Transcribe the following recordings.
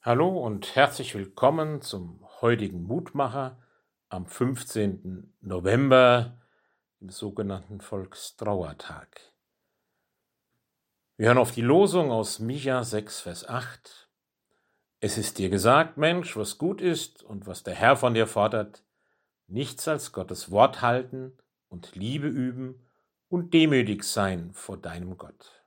Hallo und herzlich willkommen zum heutigen Mutmacher am 15. November, im sogenannten Volkstrauertag. Wir hören auf die Losung aus Micha 6, Vers 8. Es ist dir gesagt, Mensch, was gut ist und was der Herr von dir fordert, nichts als Gottes Wort halten und Liebe üben und demütig sein vor deinem Gott.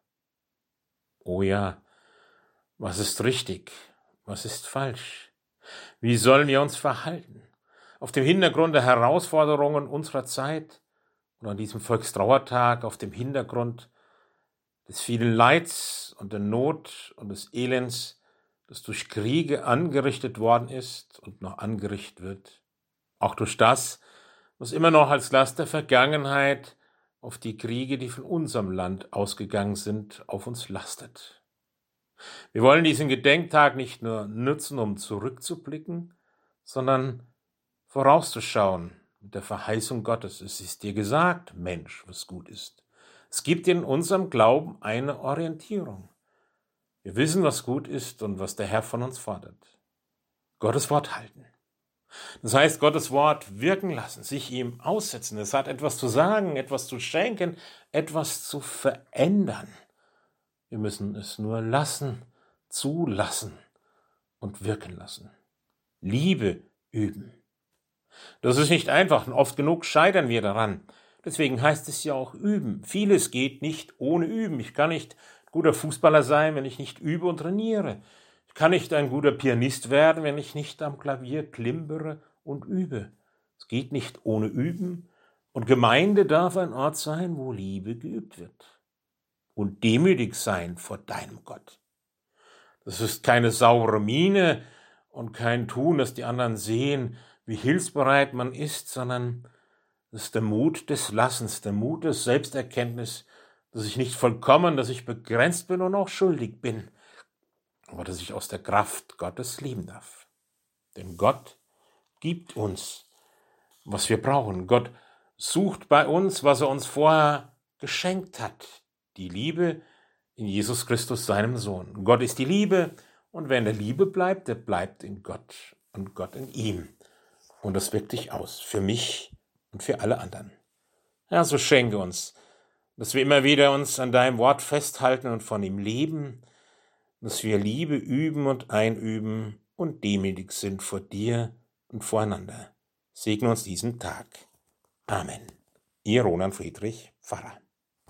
Oh ja, was ist richtig? Was ist falsch? Wie sollen wir uns verhalten? Auf dem Hintergrund der Herausforderungen unserer Zeit und an diesem Volkstrauertag auf dem Hintergrund des vielen Leids und der Not und des Elends, das durch Kriege angerichtet worden ist und noch angerichtet wird. Auch durch das, was immer noch als Last der Vergangenheit auf die Kriege, die von unserem Land ausgegangen sind, auf uns lastet. Wir wollen diesen Gedenktag nicht nur nutzen, um zurückzublicken, sondern vorauszuschauen mit der Verheißung Gottes. Es ist dir gesagt, Mensch, was gut ist. Es gibt in unserem Glauben eine Orientierung. Wir wissen, was gut ist und was der Herr von uns fordert. Gottes Wort halten. Das heißt, Gottes Wort wirken lassen, sich ihm aussetzen. Es hat etwas zu sagen, etwas zu schenken, etwas zu verändern. Wir müssen es nur lassen, zulassen und wirken lassen. Liebe üben. Das ist nicht einfach und oft genug scheitern wir daran. Deswegen heißt es ja auch üben. Vieles geht nicht ohne Üben. Ich kann nicht guter Fußballer sein, wenn ich nicht übe und trainiere. Ich kann nicht ein guter Pianist werden, wenn ich nicht am Klavier klimpere und übe. Es geht nicht ohne Üben. Und Gemeinde darf ein Ort sein, wo Liebe geübt wird. Und demütig sein vor deinem Gott. Das ist keine saure Miene und kein Tun, dass die anderen sehen, wie hilfsbereit man ist, sondern das ist der Mut des Lassens, der Mut des Selbsterkenntnis, dass ich nicht vollkommen, dass ich begrenzt bin und auch schuldig bin, aber dass ich aus der Kraft Gottes lieben darf. Denn Gott gibt uns, was wir brauchen. Gott sucht bei uns, was er uns vorher geschenkt hat. Die Liebe in Jesus Christus, seinem Sohn. Gott ist die Liebe und wer in der Liebe bleibt, der bleibt in Gott und Gott in ihm. Und das wirkt sich aus, für mich und für alle anderen. Ja, so schenke uns, dass wir immer wieder uns an deinem Wort festhalten und von ihm leben, dass wir Liebe üben und einüben und demütig sind vor dir und voreinander. Segne uns diesen Tag. Amen. Ihr Roland Friedrich, Pfarrer.